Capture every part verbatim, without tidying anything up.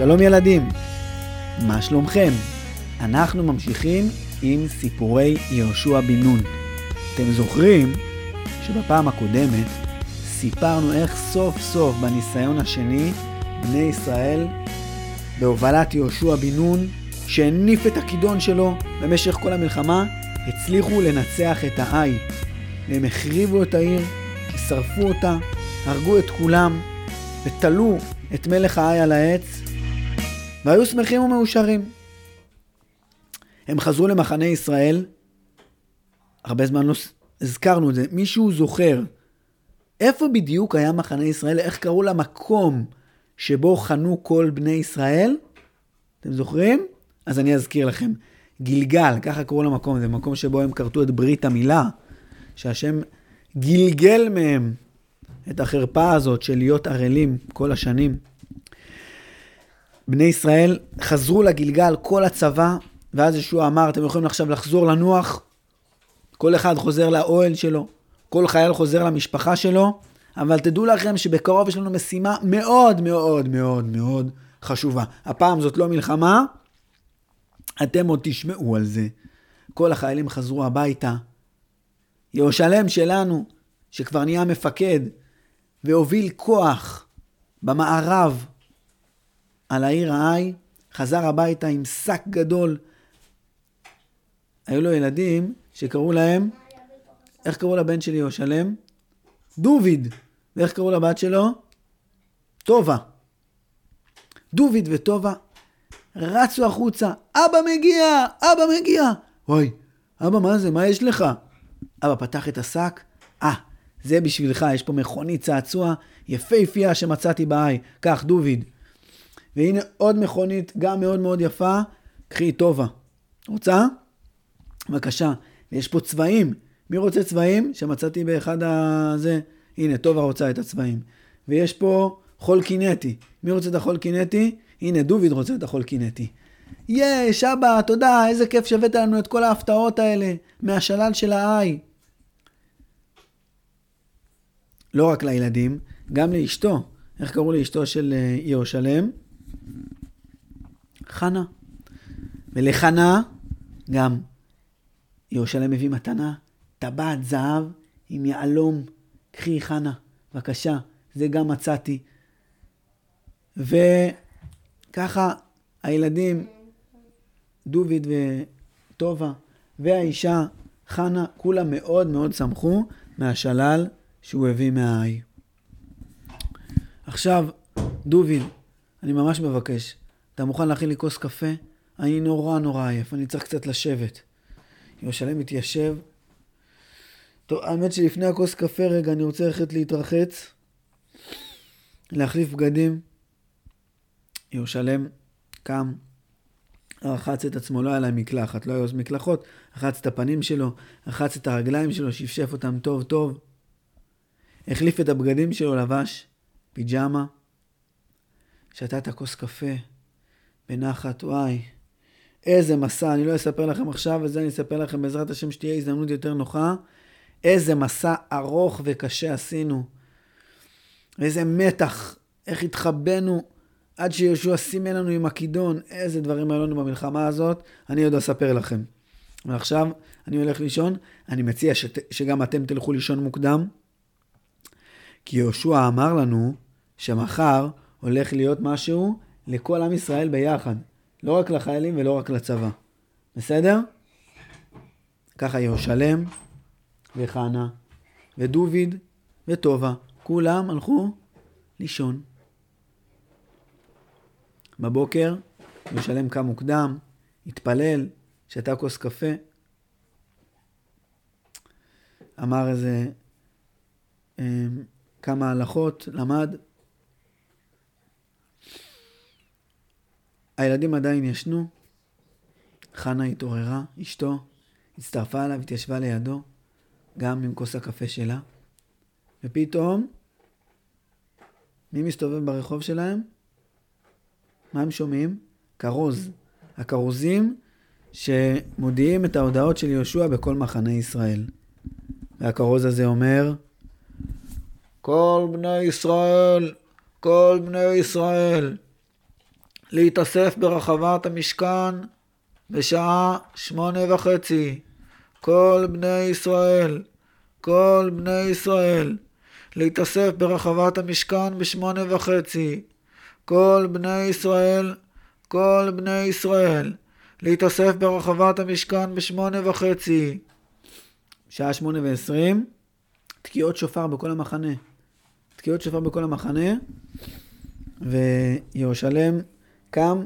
שלום ילדים, מה שלומכם? אנחנו ממשיכים עם סיפורי יהושע בן נון. אתם זוכרים שבפעם הקודמת סיפרנו איך סוף סוף בניסיון השני בני ישראל בהובלת יהושע בן נון שהניף את הכידון שלו במשך כל המלחמה הצליחו לנצח את העי, והם החריבו את העיר, שרפו אותה, הרגו את כולם ותלו את מלך העי על העץ והיו שמחים ומאושרים. הם חזרו למחנה ישראל. הרבה זמן לא הזכרנו את זה. מישהו זוכר איפה בדיוק היה מחנה ישראל? איך קראו למקום שבו חנו כל בני ישראל? אתם זוכרים? אז אני אזכיר לכם. גילגל, ככה קראו למקום. זה מקום שבו הם קרתו את ברית המילה, שהשם גילגל מהם את החרפה הזאת של להיות ערלים כל השנים. בני ישראל חזרו לגילגל, כל הצבא, ואז ישוע אמר, אתם יכולים עכשיו לחזור לנוח, כל אחד חוזר לאוהל שלו, כל חייל חוזר למשפחה שלו, אבל תדעו לכם שבקרוב יש לנו משימה מאוד מאוד מאוד מאוד חשובה. הפעם זאת לא מלחמה, אתם עוד תשמעו על זה. כל החיילים חזרו הביתה. ירושלם שלנו, שכבר נהיה מפקד, והוביל כוח במערב על העיר העי, חזר הביתה עם שק גדול. היו לו ילדים שקראו להם, איך קראו לבן שלי ירושלם? דוד. ואיך קראו לבת שלו? טובה. דוד וטובה רצו החוצה. אבא מגיע, אבא מגיע. אוי, אבא מה זה? מה יש לך? אבא פתח את השק. אה, זה בשבילך, יש פה מכונית צעצוע יפהפייה שמצאתי בעי. כך, דוד. והנה עוד מכונית, גם מאוד מאוד יפה. קחי, טובה. רוצה? בבקשה. ויש פה צבעים. מי רוצה צבעים? שמצאתי באחד הזה. הנה, טובה רוצה את הצבעים. ויש פה חול קינטי. מי רוצה את החול קינטי? הנה, דוד רוצה את החול קינטי. יש, אבא, תודה, איזה כיף שבאת לנו את כל ההפתעות האלה מהשלל של העי. לא רק לילדים, גם לאשתו. איך קראו לאשתו של ירושלם? חנה. ולחנה גם ירושלם מביא מתנה, טבעת זהב עם יעלום. קחי חנה, בבקשה, זה גם מצאתי. וככה הילדים, דוד וטובה והאישה חנה, כולם מאוד מאוד שמחו מהשלל שהוא הביא מהעי. עכשיו, דוד, אני ממש מבקש, אתה מוכן להכין לי כוס קפה? אני נורא נורא עייף, אני צריך קצת לשבת. ירושלם מתיישב. טוב, האמת שלפני הכוס קפה רגע, אני רוצה ללכת להתרחץ, להחליף בגדים. ירושלם קם, רחץ את עצמו, לא היה להם מקלחת, לא היו מקלחות, רחץ את הפנים שלו, רחץ את הרגליים שלו, שפשף אותם טוב טוב, החליף את הבגדים שלו, לבש פיג'מה, שתה את הכוס קפה, בנחת. וואי, איזה מסע, אני לא אספר לכם עכשיו, וזה אני אספר לכם בעזרת השם שתהיה הזדמנות יותר נוחה, איזה מסע ארוך וקשה עשינו, איזה מתח, איך התחבאנו, עד שיהושע סימן לנו עם הכידון, איזה דברים היו לנו במלחמה הזאת, אני עוד אספר לכם. ועכשיו אני הולך לישון, אני מציע שת, שגם אתם תלכו לישון מוקדם, כי יהושע אמר לנו שמחר הולך להיות משהו לכל עם ישראל ביחד, לא רק לחיילים ולא רק לצבא. בסדר? ככה ירושלם וחנה ודוד וטובה, כולם הלכו לישון. בבוקר ירושלם קם מוקדם, התפלל, שתה כוס קפה, אמר איזה אה, כמה הלכות, למד. הילדים עדיין ישנו. חנה התעוררה, אשתו, הצטרפה עליו, התיישבה לידו, גם עם כוס הקפה שלה. ופתאום, מי מסתובב ברחוב שלהם? מה הם שומעים? כרוז. הכרוזים שמודיעים את ההודעות של יהושע בכל מחנה ישראל. והכרוז הזה אומר, כל בני ישראל, כל בני ישראל, להתאסף ברחבת המשכן בשעה שמונה וחצי. כל בני ישראל, כל בני ישראל, להתאסף ברחבת המשכן בשמונה וחצי. כל בני ישראל, כל בני ישראל, להתאסף ברחבת המשכן בשמונה וחצי. שעה שמונה ועשרים, תקיעות שופר בכל המחנה. תקיעות שופר בכל המחנה, וירושלם קם,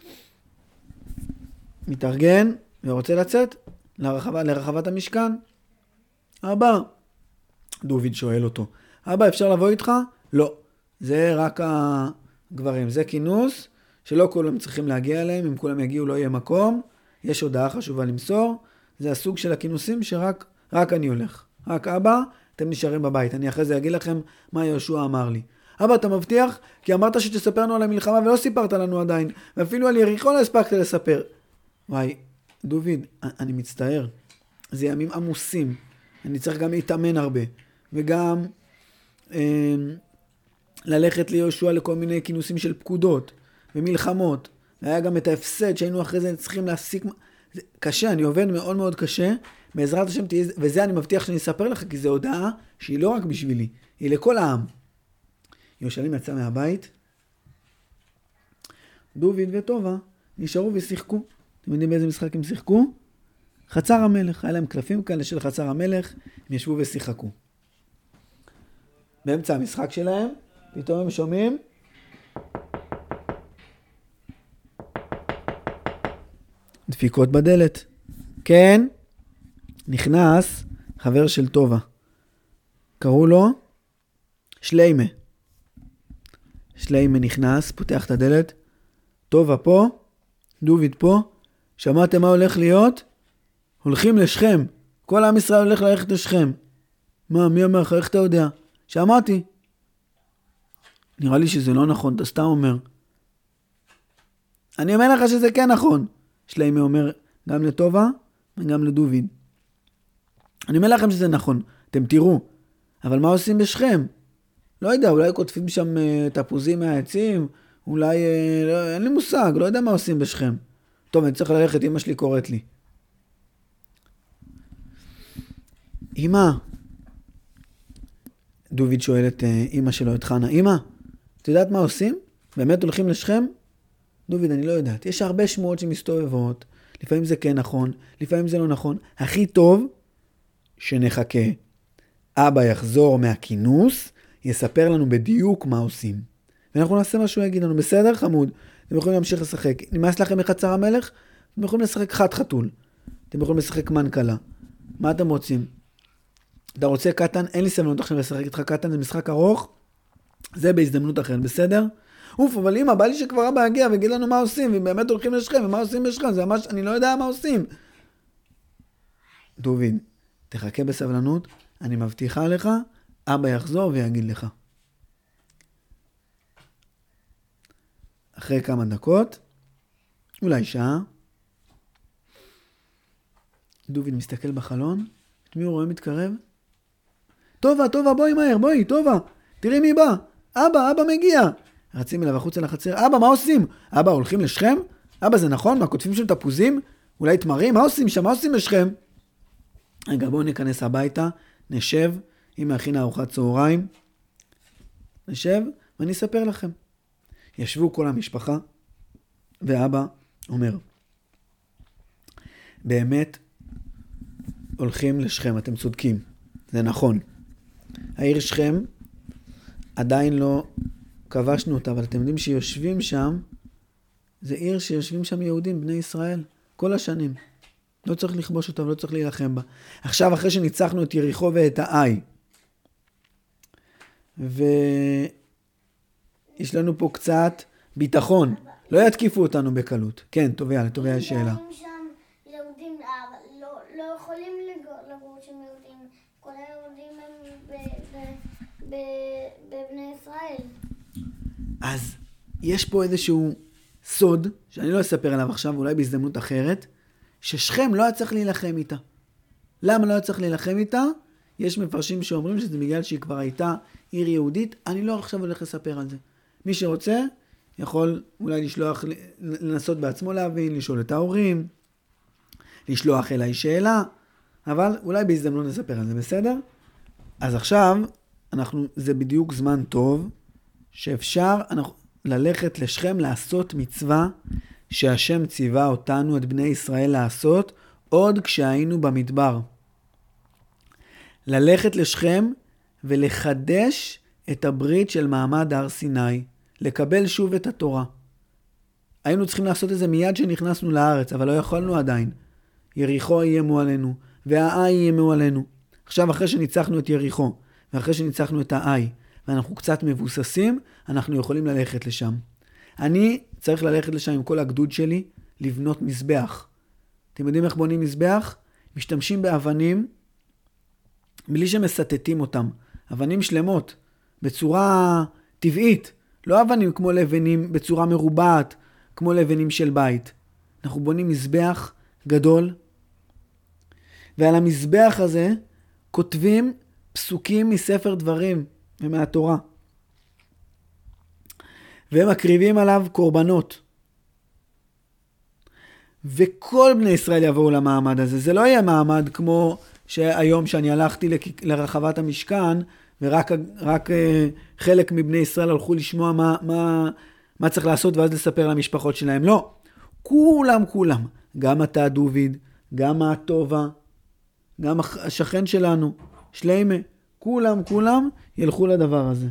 מתארגן, ורוצה לצאת לרחבת, לרחבת המשכן. אבא, דוד שואל אותו, אבא, אפשר לבוא איתך? לא, זה רק הגברים, זה כינוס שלא כולם צריכים להגיע אליהם, אם כולם יגיעו לא יהיה מקום, יש הודעה חשובה למסור, זה הסוג של הכינוסים שרק רק אני הולך, רק אבא, אתם נשארים בבית, אני אחרי זה אגיד לכם מה יהושע אמר לי. אבא, אתה מבטיח? כי אמרת שתספרנו על המלחמה ולא סיפרת לנו עדיין, ואפילו על יריחו לא הספקת לספר. וואי, דוד, אני מצטער, זה ימים עמוסים, אני צריך גם להתאמן הרבה, וגם אה, ללכת ליהושע לכל מיני כינוסים של פקודות ומלחמות, והיה גם את ההפסד שהיינו אחרי זה צריכים להסיק, זה קשה, אני עובד מאוד מאוד קשה, בעזרת השם תהיה, וזה אני מבטיח שאני אספר לך, כי זו הודעה שהיא לא רק בשבילי, היא לכל העם. ירושלים יצא מהבית, דוד וטובה נשארו ושיחקו. אתם יודעים באיזה משחק הם שיחקו? חצר המלך, היה להם קלפים כאלה של חצר המלך, הם ישבו ושיחקו. באמצע המשחק שלהם, פתאום הם שומעים, דפיקות בדלת. כן, נכנס חבר של טובה. קראו לו שליימה. שליימה נכנס, פותח את הדלת. טובה פה, דוד פה. שמעתם מה הולך להיות? הולכים לשכם. כל עם ישראל הולך ללכת לשכם. מה, מי אומר לך? איך אתה יודע? שמעתי. נראה לי שזה לא נכון, אתה סתם אומר. אני אומר לך שזה כן נכון. שליימה אומר גם לטובה וגם לדוד. אני אומר לכם שזה נכון, אתם תראו. אבל מה עושים בשכם? לא יודע, אולי כותבים שם uh, תפוזים מהעצים, אולי, uh, לא, אין לי מושג, לא יודע מה עושים בשכם. טוב, אני צריך ללכת, אמא שלי קוראת לי. אמא, דוד שואל את uh, אמא שלו, את חנה, אמא, את יודעת מה עושים? באמת הולכים לשכם? דוד, אני לא יודעת. יש הרבה שמועות שמסתובבות, לפעמים זה כן נכון, לפעמים זה לא נכון. הכי טוב שנחכה. אבא יחזור מהכינוס, יספר לנו בדיוק מה עושים. ואנחנו נעשה מה שהוא יגיד לנו. בסדר, חמוד? אתם יכולים להמשיך לשחק. נמאס לכם מחצר המלך? אתם יכולים לשחק חד חתול. אתם יכולים לשחק מנקלה. מה אתם רוצים? אתה רוצה קטן? אין לי סבלנות עכשיו לשחק איתך קטן, זה משחק ארוך. זה בהזדמנות אחרת, בסדר? אוף, אבל אמא, בא לי שכבר אבא יגיע ויגיד לנו מה עושים, ובאמת הולכים לשכם, ומה עושים בשכם? זה ממש, אני לא יודע מה עושים. דוד, תחכה בסבלנות, אני מבטיחה לך, אבא יחזור ויגיד לך. אחרי כמה דקות, אולי שעה, דוד מסתכל בחלון, את מי הוא רואה מתקרב? טובה, טובה, בואי מהר, בואי, טובה, תראי מי בא, אבא, אבא מגיע. רצים אליו החוצה לחצר, אבא, מה עושים? אבא, הולכים לשכם? אבא, זה נכון? מה, כותבים שם תפוזים? אולי תמרים? מה עושים שם? מה עושים לשכם? רגע, בואו ניכנס הביתה, נשב, אמא הכינה ארוחת צהריים, נשב ואני אספר לכם. ישבו כל המשפחה, ואבא אומר, באמת הולכים לשכם, אתם צודקים, זה נכון. העיר שכם עדיין לא כבשנו אותה, אבל אתם יודעים שיושבים שם, זה עיר שיושבים שם יהודים, בני ישראל, כל השנים. לא צריך לכבוש אותה ולא צריך להילחם בה. עכשיו, אחרי שניצחנו את יריחו ואת האי, ויש לנו פה קצת ביטחון, לא יתקיפו אותנו בקלות. כן, טוביה, טוביה יש שאלה. שם יהודים לא, לא יכולים לגור שם יהודים, כל היהודים הם ב, ב, ב, בבני ישראל. אז יש פה איזשהו סוד, שאני לא אספר עליו עכשיו, אולי בהזדמנות אחרת, ששכם לא היה צריך להילחם איתה. למה לא היה צריך להילחם איתה? יש מפרשים שאומרים שזה בגלל שהיא כבר הייתה עיר יהודית, אני לא עכשיו הולך לספר על זה. מי שרוצה, יכול אולי לשלוח, לנסות בעצמו להבין, לשאול את ההורים, לשלוח אליי שאלה, אבל אולי בהזדמנות נספר על זה, בסדר? אז עכשיו, אנחנו, זה בדיוק זמן טוב, שאפשר אנחנו, ללכת לשכם לעשות מצווה, שהשם ציווה אותנו, את בני ישראל, לעשות, עוד כשהיינו במדבר. ללכת לשכם ולחדש את הברית של מעמד הר סיני, לקבל שוב את התורה. היינו צריכים לעשות את זה מיד שנכנסנו לארץ, אבל לא יכולנו עדיין. יריחו איימו עלינו, והאי איימו עלינו. עכשיו, אחרי שניצחנו את יריחו, ואחרי שניצחנו את האי, ואנחנו קצת מבוססים, אנחנו יכולים ללכת לשם. אני צריך ללכת לשם עם כל הגדוד שלי, לבנות מזבח. אתם יודעים איך בונים מזבח? משתמשים באבנים, בלי שמסתתים אותם. אבנים שלמות, בצורה טבעית. לא אבנים כמו לבנים בצורה מרובעת, כמו לבנים של בית. אנחנו בונים מזבח גדול, ועל המזבח הזה כותבים פסוקים מספר דברים ומהתורה. והם מקריבים עליו קורבנות. וכל בני ישראל יבואו למעמד הזה. זה לא יהיה מעמד כמו שהיום שאני הלכתי לרחבת המשכן, ורק רק, חלק מבני ישראל הלכו לשמוע מה, מה, מה צריך לעשות, ואז לספר למשפחות שלהם. לא. כולם, כולם. גם אתה דוד, גם הטובה, גם השכן שלנו, שלמה. כולם, כולם ילכו לדבר הזה.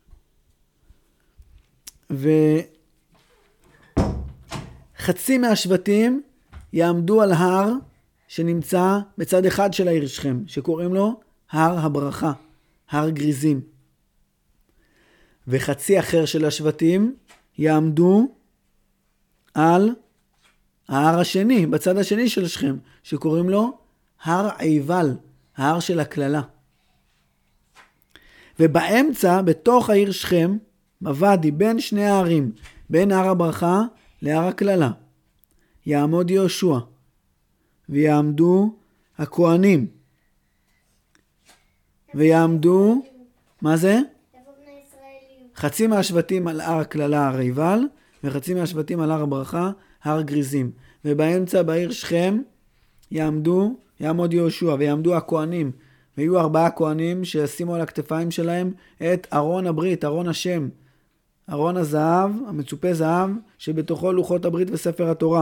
וחצי מהשבטים יעמדו על הר שנמצא בצד אחד של העיר שכם, שקוראים לו הר הברכה, הר גריזים. וחצי אחר של השבטים יעמדו על ההר השני, בצד השני של שכם, שקוראים לו הר עיבל, ההר של הכללה. ובאמצע, בתוך העיר שכם, בוואדי, בין שני הערים, בין הר הברכה להר הכללה, יעמוד יהושע, ויעמדו הכהנים, ויעמדו, מה זה? חצי מהשבטים על הר הכללה, הר עיבל, וחצי מהשבטים על הר הברכה, הר גריזים. ובאמצע בעיר שכם יעמדו, יעמוד יהושע, ויעמדו הכהנים, ויהיו ארבעה כהנים שישימו על הכתפיים שלהם את ארון הברית, ארון השם, ארון הזהב, המצופה זהב, שבתוכו לוחות הברית וספר התורה.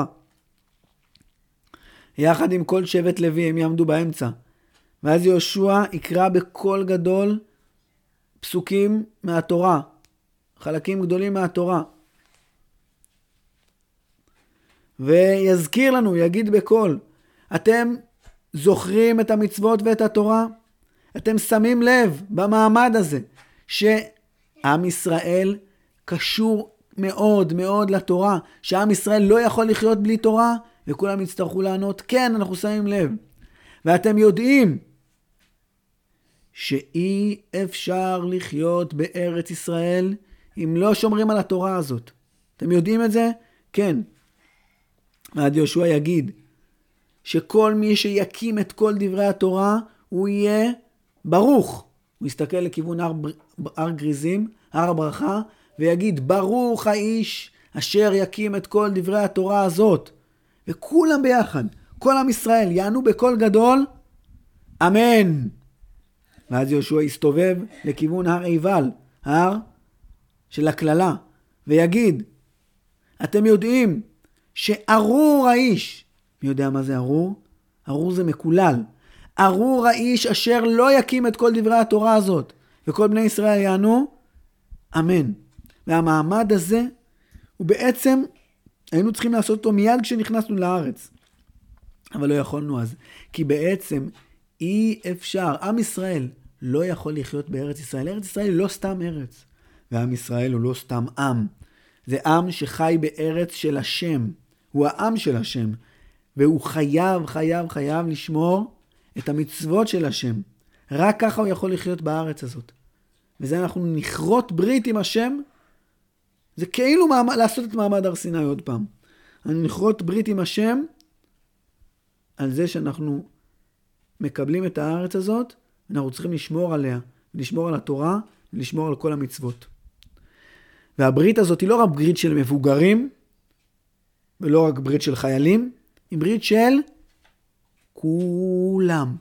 יחד עם כל שבט לוי הם יעמדו באמצע. ואז יהושע יקרא בקול גדול פסוקים מהתורה, חלקים גדולים מהתורה. ויזכיר לנו, יגיד בקול, אתם זוכרים את המצוות ואת התורה? אתם שמים לב במעמד הזה שעם ישראל קשור מאוד מאוד לתורה, שעם ישראל לא יכול לחיות בלי תורה, וכולם יצטרכו לענות, כן, אנחנו שמים לב. ואתם יודעים שאי אפשר לחיות בארץ ישראל אם לא שומרים על התורה הזאת. אתם יודעים את זה? כן. ועד יהושע יגיד שכל מי שיקים את כל דברי התורה, הוא יהיה ברוך. הוא יסתכל לכיוון הר, הר גריזים, הר הברכה, ויגיד, ברוך האיש אשר יקים את כל דברי התורה הזאת. וכולם ביחד, כל עם ישראל, יענו בקול גדול, אמן. ואז יהושע יסתובב לכיוון הר עיבל, הר של הכללה, ויגיד, אתם יודעים שארור האיש, מי יודע מה זה ארור? ארור זה מקולל. ארור האיש אשר לא יקים את כל דברי התורה הזאת. וכל בני ישראל יענו, אמן. והמעמד הזה, הוא בעצם, היינו צריכים לעשות אותו מיד כשנכנסנו לארץ. אבל לא יכולנו אז. כי בעצם אי אפשר, עם ישראל לא יכול לחיות בארץ ישראל. ארץ ישראל היא לא סתם ארץ. ועם ישראל הוא לא סתם עם. זה עם שחי בארץ של השם. הוא העם של השם. והוא חייב, חייב, חייב לשמור את המצוות של השם. רק ככה הוא יכול לחיות בארץ הזאת. וזה אנחנו נכרות ברית עם השם. זה כאילו מעמד, לעשות את מעמד הר סיני עוד פעם. אנחנו נכרות ברית עם השם על זה שאנחנו מקבלים את הארץ הזאת, ואנחנו צריכים לשמור עליה, לשמור על התורה, ולשמור על כל המצוות. והברית הזאת היא לא רק ברית של מבוגרים, ולא רק ברית של חיילים, היא ברית של כולם.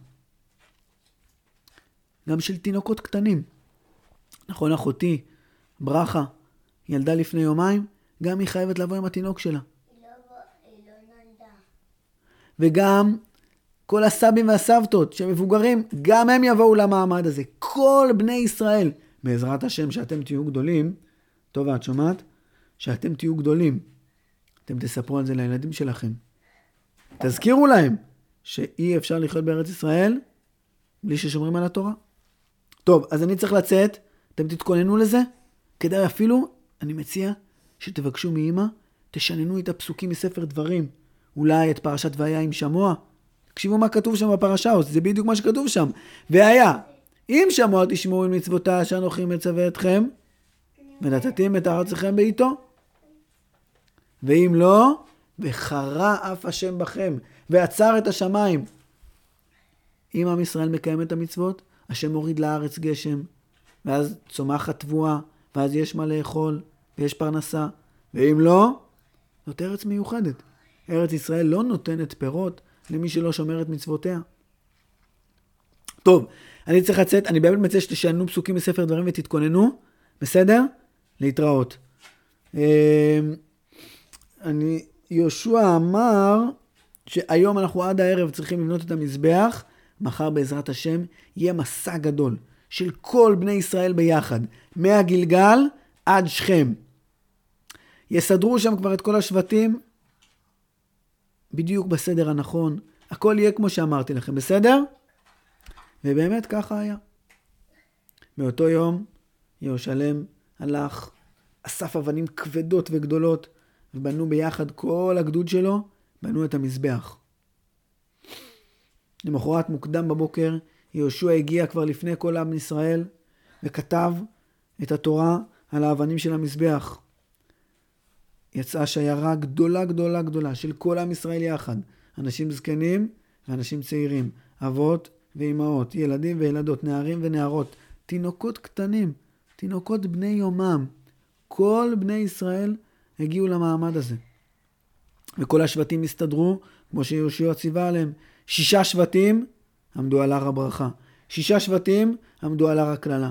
גם של תינוקות קטנים. נכון, אחותי, ברכה, ילדה לפני יומיים, גם היא חייבת לבוא עם התינוק שלה. היא לא, היא לא נולדה. וגם כל הסבים והסבתות שמבוגרים, גם הם יבואו למעמד הזה. כל בני ישראל, בעזרת השם שאתם תהיו גדולים, טוב, את שומעת? שאתם תהיו גדולים. אתם תספרו על זה לילדים שלכם. תזכירו להם שאי אפשר לחיות בארץ ישראל בלי ששומרים על התורה. טוב, אז אני צריך לצאת, אתם תתכוננו לזה, כדאי אפילו, אני מציע שתבקשו מאמא, תשננו את הפסוקים מספר דברים, אולי את פרשת והיה עם שמוע. תקשיבו מה כתוב שם בפרשה, זה בדיוק מה שכתוב שם. והיה, אם שמוע תשמעו עם מצוותה שאנוכי מצווה אתכם, ונתתם את ארצכם בעיתו. ואם לא, וחרה אף השם בכם, ועצר את השמיים. אם עם ישראל מקיים את המצוות, השם מוריד לארץ גשם, ואז צומחת תבואה, ואז יש מה לאכול, ויש פרנסה. ואם לא, זאת ארץ מיוחדת. ארץ ישראל לא נותנת פירות למי שלא שומר את מצוותיה. טוב, אני צריך לצאת, אני באמת מציע שתשנו פסוקים בספר דברים ותתכוננו, בסדר? להתראות. אני, יהושע אמר שהיום אנחנו עד הערב צריכים לבנות את המזבח, מחר בעזרת השם יהיה מסע גדול של כל בני ישראל ביחד, מהגלגל עד שכם. יסדרו שם כבר את כל השבטים, בדיוק בסדר הנכון, הכל יהיה כמו שאמרתי לכם, בסדר? ובאמת ככה היה. באותו יום ירושלם הלך, אסף אבנים כבדות וגדולות, ובנו ביחד כל הגדוד שלו, בנו את המזבח. למחרת מוקדם בבוקר, יהושע הגיע כבר לפני כל עם ישראל, וכתב את התורה על האבנים של המזבח. יצאה שיירה גדולה גדולה גדולה של כל עם ישראל יחד, אנשים זקנים ואנשים צעירים, אבות ואימהות, ילדים וילדות, נערים ונערות, תינוקות קטנים, תינוקות בני יומם. כל בני ישראל הגיעו למעמד הזה. וכל השבטים הסתדרו, כמו שיהושע ציווה עליהם. שישה שבטים עמדו על הר הברכה. שישה שבטים עמדו על הר הכללה.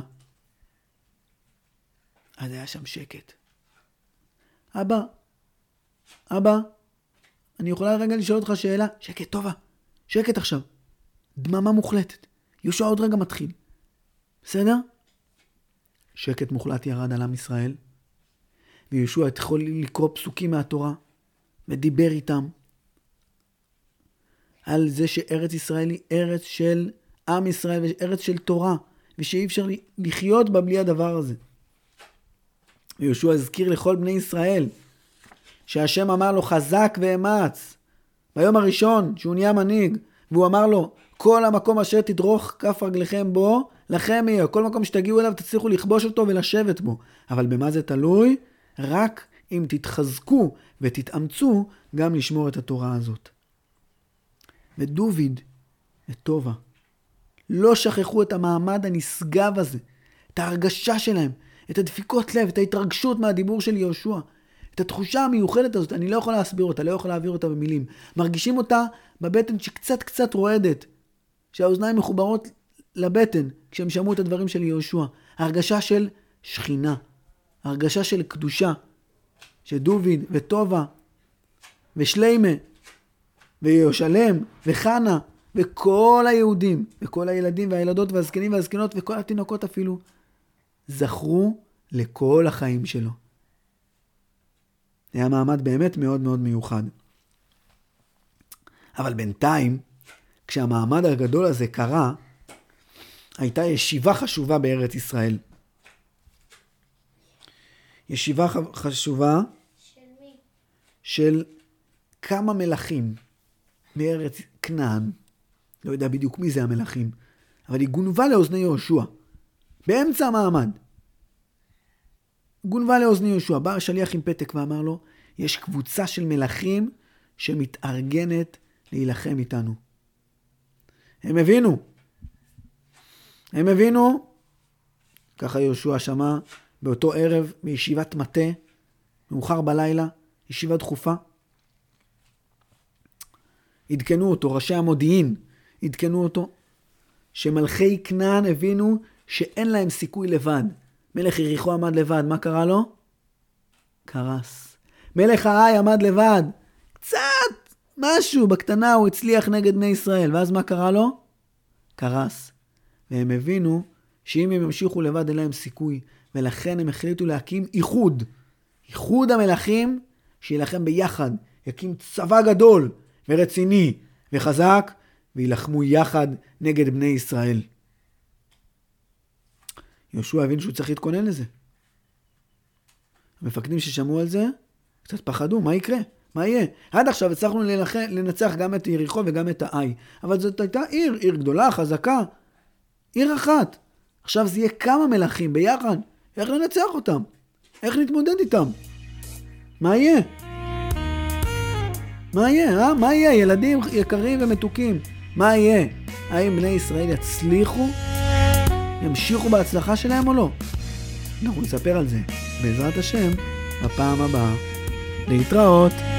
אז היה שם שקט. אבא, אבא, אני יכולה רגע לשאול אותך שאלה? שקט, טובה. שקט עכשיו. דממה מוחלטת. יהושע עוד רגע מתחיל. בסדר? שקט מוחלט ירד על עם ישראל. ויהושע יכול לקרוא פסוקים מהתורה. ודיבר איתם. על זה שארץ ישראל היא ארץ של עם ישראל. וארץ של תורה. ושאי אפשר לחיות בה בלי הדבר הזה. ויהושע הזכיר לכל בני ישראל. שהשם אמר לו חזק ואמץ. ביום הראשון שהוא נהיה מנהיג. והוא אמר לו כל המקום אשר תדרוך כף רגליכם בו, לכם יהיה. כל מקום שתגיעו אליו תצליחו לכבוש אותו ולשבת בו. אבל במה זה תלוי? רק אם תתחזקו ותתאמצו גם לשמור את התורה הזאת. ודוד וטובה לא שכחו את המעמד הנשגב הזה, את ההרגשה שלהם, את הדפיקות לב, את ההתרגשות מהדיבור של יהושע, את התחושה המיוחדת הזאת. אני לא יכול להסביר אותה, לא יכול להעביר אותה במילים. מרגישים אותה בבטן שקצת קצת רועדת, שהאוזניים מחוברות לבטן כשהם שמעו את הדברים של יהושע. הרגשה של שכינה, הרגשה של קדושה, שדוד וטובה ושליימה וירושלם וחנה וכל היהודים וכל הילדים והילדות והזקנים והזקנות וכל התינוקות אפילו זכרו לכל החיים שלו. זה היה מעמד באמת מאוד מאוד מיוחד. אבל בינתיים, כשהמעמד הגדול הזה קרה, הייתה ישיבה חשובה בארץ ישראל. ישיבה חשובה של מי? של כמה מלכים בארץ כנען. לא יודע בדיוק מי זה המלכים, אבל היא גונבה לאוזני יהושע. באמצע המעמד. גונבה לאוזני יהושע. בא השליח עם פתק ואמר לו, יש קבוצה של מלכים שמתארגנת להילחם איתנו. הם הבינו. הם הבינו. ככה יהושע שמע באותו ערב בישיבת מטה, מאוחר בלילה, ישיבה דחופה. עדכנו אותו, ראשי המודיעין עדכנו אותו, שמלכי כנען הבינו שאין להם סיכוי לבד. מלך יריחו עמד לבד, מה קרה לו? קרס. מלך האי עמד לבד, קצת משהו בקטנה הוא הצליח נגד בני ישראל, ואז מה קרה לו? קרס. והם הבינו שאם הם ימשיכו לבד אין להם סיכוי, ולכן הם החליטו להקים איחוד. איחוד המלכים שילחם ביחד, יקים צבא גדול ורציני וחזק, וילחמו יחד נגד בני ישראל. יהושע הבין שהוא צריך להתכונן לזה. המפקדים ששמעו על זה קצת פחדו, מה יקרה? מה יהיה? עד עכשיו הצלחנו לנצח גם את יריחו וגם את האי, אבל זאת הייתה עיר, עיר גדולה, חזקה, עיר אחת. עכשיו זה יהיה כמה מלכים ביחד, איך לנצח אותם? איך נתמודד איתם? מה יהיה? מה יהיה, אה? מה יהיה? ילדים יקרים ומתוקים, מה יהיה? האם בני ישראל יצליחו? ימשיכו בהצלחה שלהם או לא? אנחנו נספר על זה בעזרת השם בפעם הבאה. להתראות.